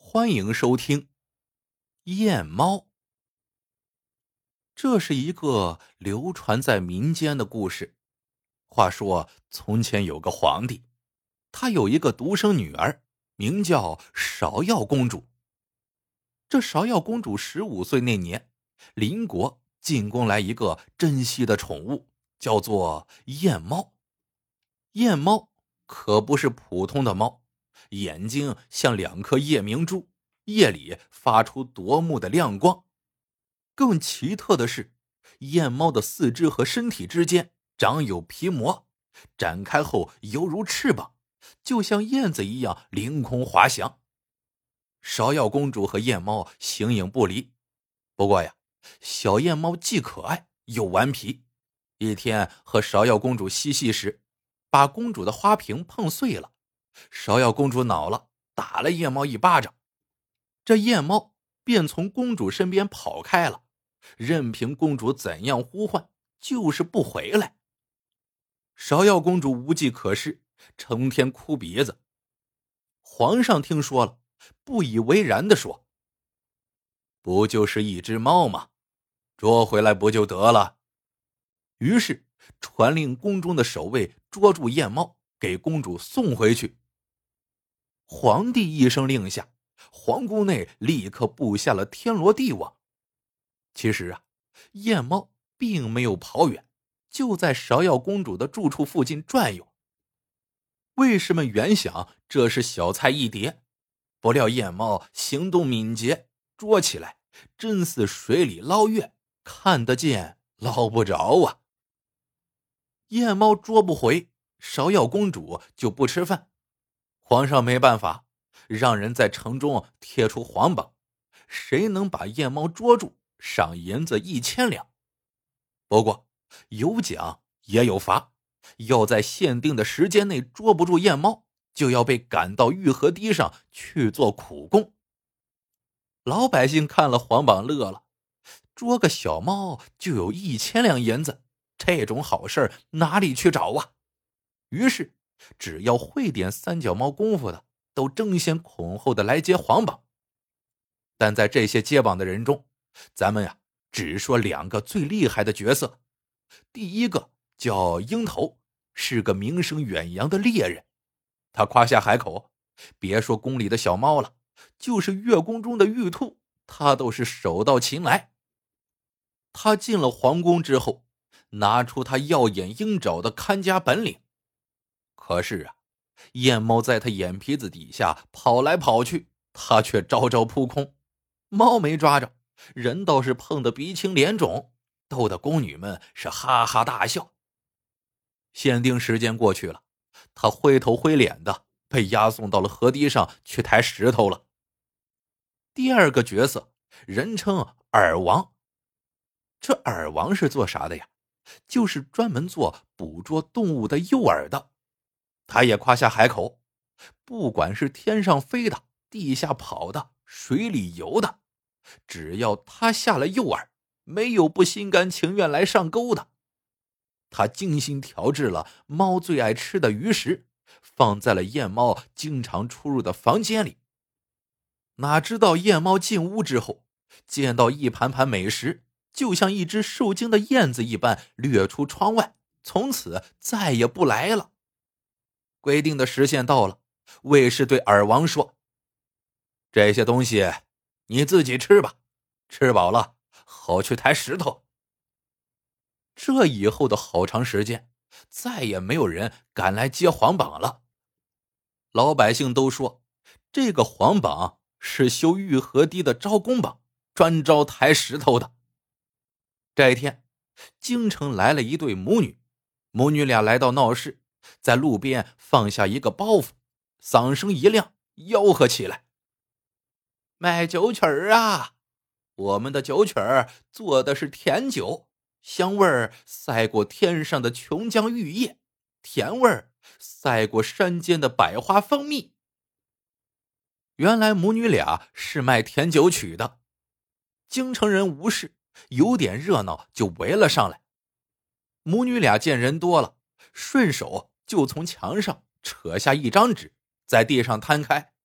欢迎收听夜猫。这是一个流传在民间的故事。话说从前有个皇帝，他有一个独生女儿，名叫芍药公主。这芍药公主15岁那年，邻国进贡来一个珍稀的宠物，叫做燕猫。燕猫可不是普通的猫，眼睛像2颗夜明珠，夜里发出夺目的亮光。更奇特的是，燕猫的四肢和身体之间长有皮膜，展开后犹如翅膀，就像燕子一样凌空滑翔。芍药公主和燕猫形影不离。不过呀，小燕猫既可爱又顽皮。一天和芍药公主嬉戏时，把公主的花瓶碰碎了。芍药公主恼了，打了燕猫一巴掌。这燕猫便从公主身边跑开了，任凭公主怎样呼唤，就是不回来。芍药公主无计可施，成天哭鼻子。皇上听说了，不以为然地说：“不就是一只猫吗？捉回来不就得了？”于是传令宫中的守卫捉住燕猫，给公主送回去。皇帝一声令下，皇宫内立刻布下了天罗地网。其实啊，燕猫并没有跑远，就在芍药公主的住处附近转悠。卫士们原想这是小菜一碟，不料燕猫行动敏捷，捉起来真似水里捞月，看得见捞不着啊。燕猫捉不回，芍药公主就不吃饭。皇上没办法，让人在城中贴出皇榜，谁能把燕猫捉住，赏银子1000两。不过有奖也有罚，要在限定的时间内捉不住燕猫，就要被赶到玉河堤上去做苦工。老百姓看了皇榜乐了，捉个小猫就有1000两银子，这种好事哪里去找啊？于是只要会点三脚猫功夫的，都争先恐后的来接皇榜。但在这些接榜的人中，咱们只说2个最厉害的角色。第一个叫鹰头，是个名声远扬的猎人。他夸下海口，别说宫里的小猫了，就是月宫中的玉兔，他都是手到擒来。他进了皇宫之后，拿出他耀眼鹰爪的看家本领。可是燕猫在他眼皮子底下跑来跑去，他却招招扑空。猫没抓着，人倒是碰得鼻青脸肿，逗得宫女们是哈哈大笑。限定时间过去了，他灰头灰脸的被押送到了河堤上去抬石头了。第二个角色人称耳王。这耳王是做啥的呀？就是专门做捕捉动物的诱饵的。他也夸下海口，不管是天上飞的、地下跑的、水里游的，只要他下了诱饵，没有不心甘情愿来上钩的。他精心调制了猫最爱吃的鱼食，放在了燕猫经常出入的房间里。哪知道燕猫进屋之后，见到一盘盘美食，就像一只受惊的燕子一般掠出窗外，从此再也不来了。规定的时限到了，卫士对耳王说：“这些东西你自己吃吧，吃饱了好去抬石头。”这以后的好长时间，再也没有人敢来接皇榜了。老百姓都说，这个皇榜是修玉河堤的招工榜，专招抬石头的。这一天，京城来了一对母女，母女俩来到闹市，在路边放下一个包袱，嗓声一亮，吆喝起来：“卖酒曲儿啊！我们的酒曲儿做的是甜酒，香味儿赛过天上的琼浆玉液，甜味儿赛过山间的百花蜂蜜。”原来母女俩是卖甜酒曲的。京城人无事，有点热闹就围了上来。母女俩见人多了，顺手就从墙上扯下一张纸，在地上摊开，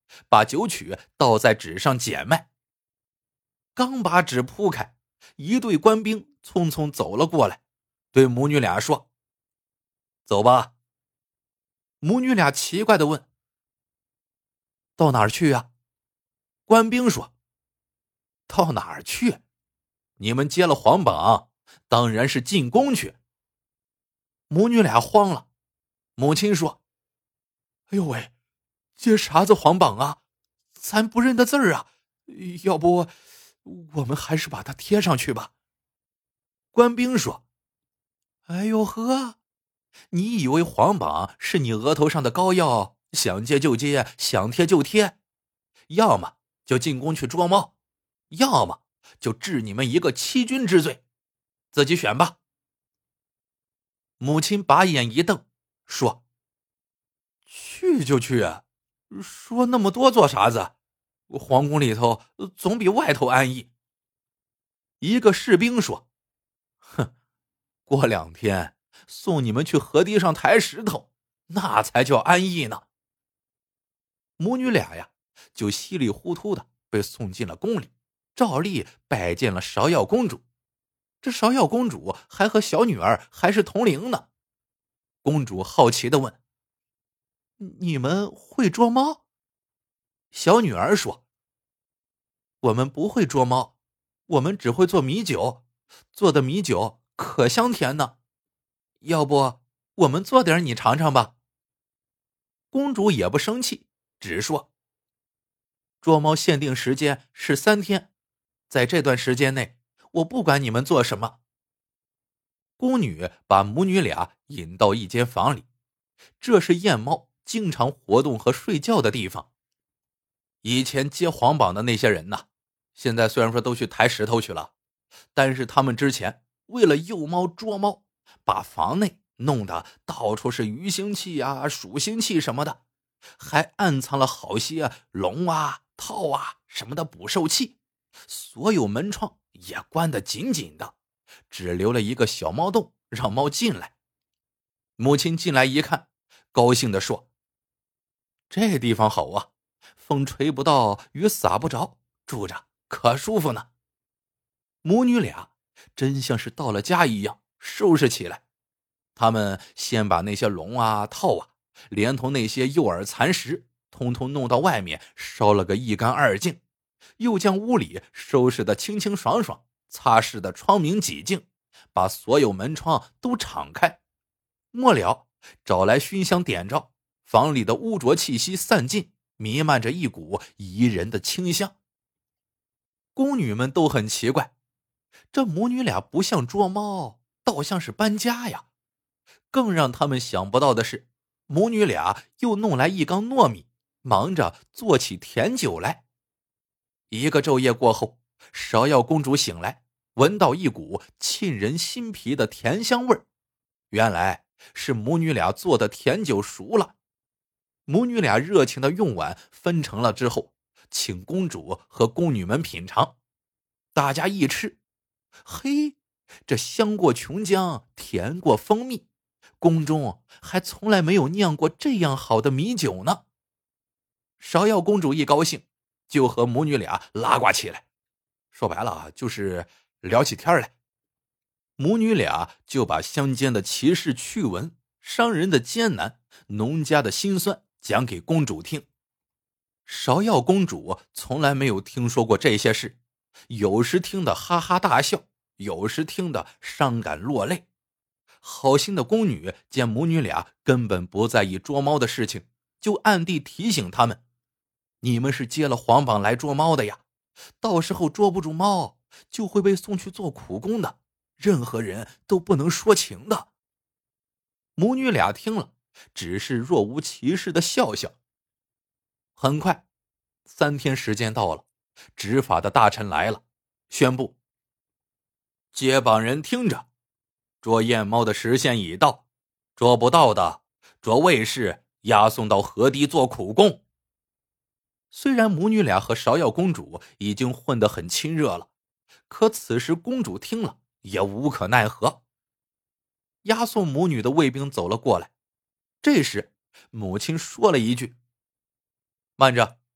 把酒曲倒在纸上捡卖。刚把纸铺开，一队官兵匆匆走了过来，对母女俩说：“走吧。”母女俩奇怪地问：“到哪儿去呀？”官兵说：“到哪儿去？你们接了皇榜，当然是进宫去。”母女俩慌了。母亲说：“哎呦喂，接啥子皇榜啊？咱不认得字儿啊！要不我们还是把它贴上去吧。”官兵说：“哎呦呵，你以为皇榜是你额头上的膏药，想接就接，想贴就贴？要么就进宫去捉猫，要么就治你们一个欺君之罪，自己选吧。”母亲把眼一瞪，说：“去就去啊，说那么多做啥子？皇宫里头总比外头安逸。”一个士兵说：“哼，过2天送你们去河堤上抬石头，那才叫安逸呢。”母女俩呀，就稀里糊涂的被送进了宫里，照例拜见了芍药公主。这芍药公主还和小女儿还是同龄呢。公主好奇地问：“你们会捉猫？”小女儿说：“我们不会捉猫，我们只会做米酒，做的米酒可香甜呢。要不我们做点你尝尝吧。”公主也不生气，只说：“捉猫限定时间是3天，在这段时间内，我不管你们做什么。”宫女把母女俩引到一间房里，这是燕猫经常活动和睡觉的地方。以前接皇榜的那些人呐，现在虽然说都去抬石头去了，但是他们之前为了诱猫捉猫，把房内弄得到处是鱼腥气啊、鼠腥气什么的，还暗藏了好些龙啊、套啊什么的捕兽器，所有门窗也关得紧紧的，只留了一个小猫洞让猫进来。母亲进来一看，高兴地说：“这地方好啊，风吹不到，雨洒不着，住着可舒服呢。”母女俩真像是到了家一样收拾起来。他们先把那些龙啊、套啊，连同那些诱饵残食，通通弄到外面烧了个一干二净，又将屋里收拾得清清爽爽，擦拭得窗明几净，把所有门窗都敞开。末了，找来熏香点着，房里的污浊气息散尽，弥漫着一股宜人的清香。宫女们都很奇怪，这母女俩不像捉猫，倒像是搬家呀。更让他们想不到的是，母女俩又弄来1缸糯米，忙着做起甜酒来。1个昼夜过后，芍药公主醒来，闻到一股沁人心脾的甜香味儿，原来是母女俩做的甜酒熟了。母女俩热情的用碗分成了之后，请公主和宫女们品尝。大家一吃，嘿，这香过琼浆，甜过蜂蜜，宫中还从来没有酿过这样好的米酒呢。芍药公主一高兴，就和母女俩拉呱起来，说白了就是聊起天来。母女俩就把乡间的奇事趣闻、商人的艰难、农家的辛酸讲给公主听。芍药公主从来没有听说过这些事，有时听得哈哈大笑，有时听得伤感落泪。好心的宫女见母女俩根本不在意捉猫的事情，就暗地提醒他们：“你们是接了皇榜来捉猫的呀，到时候捉不住猫，就会被送去做苦工的，任何人都不能说情的。”母女俩听了，只是若无其事的笑笑。很快，3天时间到了，执法的大臣来了，宣布：“接榜人听着，捉燕猫的时限已到，捉不到的，捉卫士押送到河堤做苦工。”虽然母女俩和芍药公主已经混得很亲热了，可此时公主听了也无可奈何。押送母女的卫兵走了过来，这时母亲说了一句：“慢着，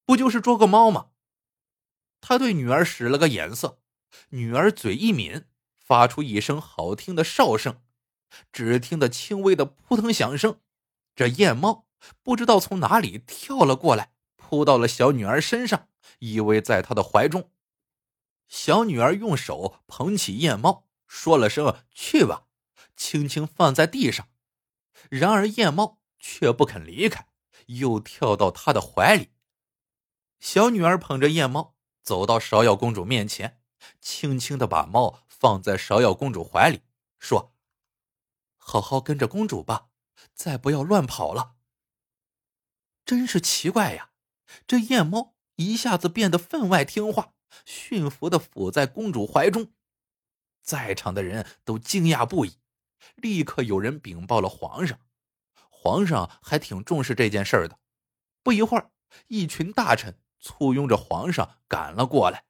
不就是捉个猫吗？他对女儿使了个眼色，女儿嘴一抿，发出一声好听的哨声，只听得轻微的扑腾响声，这夜猫不知道从哪里跳了过来，扑到了小女儿身上，依偎在她的怀中。小女儿用手捧起夜猫，说了声去吧，轻轻放在地上。然而夜猫却不肯离开，又跳到她的怀里。小女儿捧着夜猫走到芍药公主面前，轻轻地把猫放在芍药公主怀里，说：好好跟着公主吧，再不要乱跑了。真是奇怪呀，这夜猫一下子变得分外听话，驯服地伏在公主怀中。在场的人都惊讶不已，立刻有人禀报了皇上。皇上还挺重视这件事的，不一会儿，一群大臣簇拥着皇上赶了过来。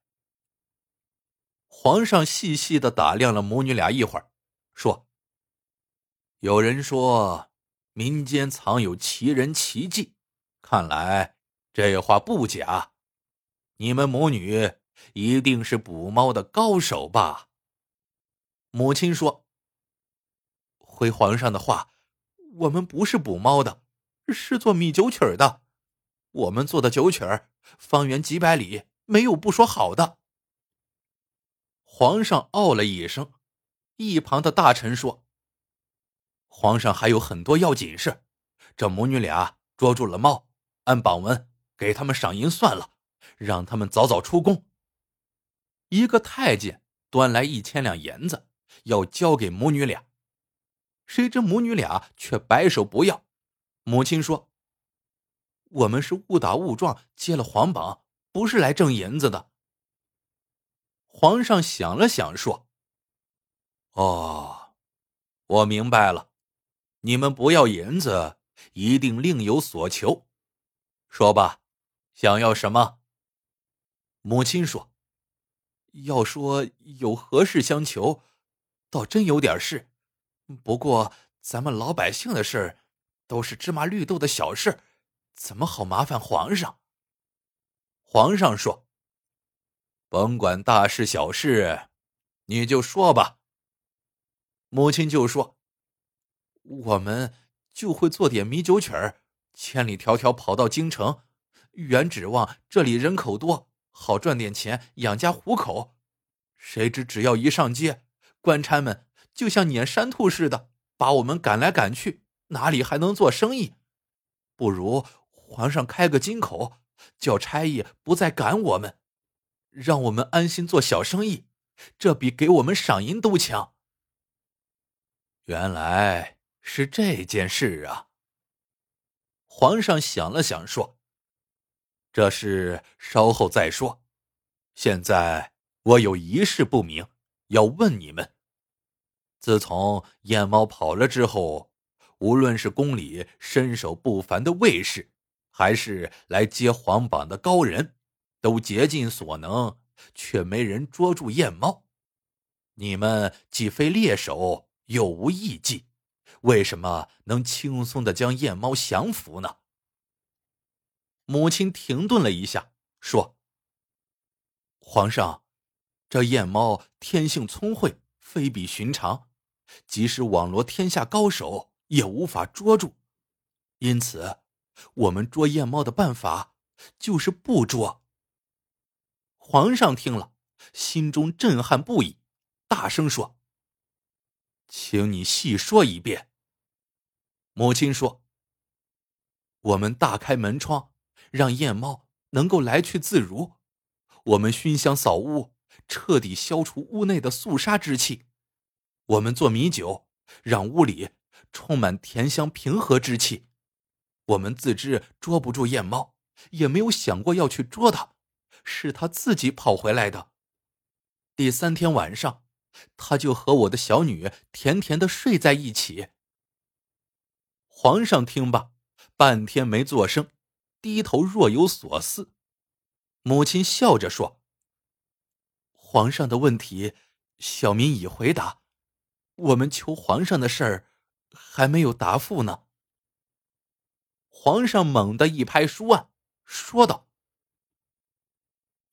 皇上细细地打量了母女俩一会儿，说：有人说民间藏有奇人奇技，看来这话不假，你们母女一定是捕猫的高手吧？母亲说：回皇上的话，我们不是捕猫的，是做米酒曲的。我们做的酒曲方圆几百里没有不说好的。皇上哦了一声，一旁的大臣说：皇上还有很多要紧事，这母女俩捉住了猫，按榜文给他们赏银算了，让他们早早出宫。一个太监端来1000两银子，要交给母女俩。谁知母女俩却摆手不要。母亲说：我们是误打误撞接了皇榜，不是来挣银子的。皇上想了想说：哦，我明白了，你们不要银子，一定另有所求。说吧，想要什么？母亲说：要说有何事相求，倒真有点事，不过咱们老百姓的事都是芝麻绿豆的小事，怎么好麻烦皇上？皇上说：甭管大事小事，你就说吧。母亲就说：我们就会做点米酒曲儿，千里迢迢跑到京城，原指望这里人口多，好赚点钱养家糊口。谁知只要一上街，官差们就像撵山兔似的，把我们赶来赶去，哪里还能做生意？不如皇上开个金口，叫差役不再赶我们，让我们安心做小生意，这比给我们赏银都强。原来是这件事啊。皇上想了想说：这事稍后再说，现在我有一事不明，要问你们。自从燕猫跑了之后，无论是宫里身手不凡的卫士，还是来接皇榜的高人，都竭尽所能，却没人捉住燕猫。你们既非猎手，又无艺伎，为什么能轻松地将燕猫降服呢？母亲停顿了一下，说：皇上，这燕猫天性聪慧，非比寻常，即使网罗天下高手，也无法捉住。因此，我们捉燕猫的办法就是不捉。皇上听了，心中震撼不已，大声说：请你细说一遍。母亲说：我们大开门窗，让燕猫能够来去自如。我们熏香扫屋，彻底消除屋内的肃杀之气。我们做米酒，让屋里充满甜香平和之气。我们自知捉不住燕猫，也没有想过要去捉它，是它自己跑回来的。第3天晚上，它就和我的小女甜甜地睡在一起。皇上听罢，半天没作声，低头若有所思。母亲笑着说：皇上的问题，小民已回答，我们求皇上的事儿还没有答复呢。皇上猛地一拍书案，说道：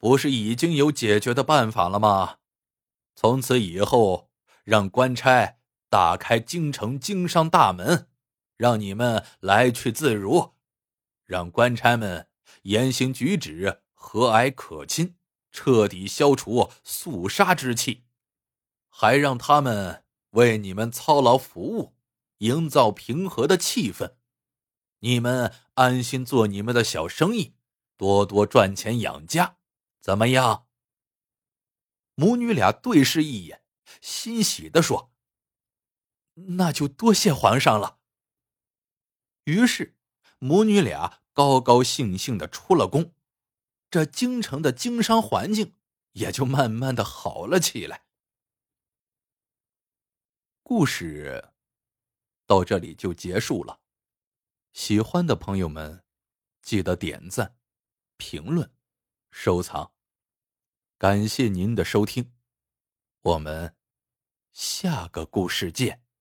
不是已经有解决的办法了吗？从此以后，让官差打开京城经商大门，让你们来去自如，让官差们言行举止和蔼可亲，彻底消除肃杀之气，还让他们为你们操劳服务，营造平和的气氛。你们安心做你们的小生意，多多赚钱养家，怎么样？母女俩对视一眼，欣喜地说：那就多谢皇上了。于是母女俩高高兴兴地出了宫，这京城的经商环境也就慢慢的好了起来。故事到这里就结束了，喜欢的朋友们记得点赞、评论、收藏，感谢您的收听，我们下个故事见。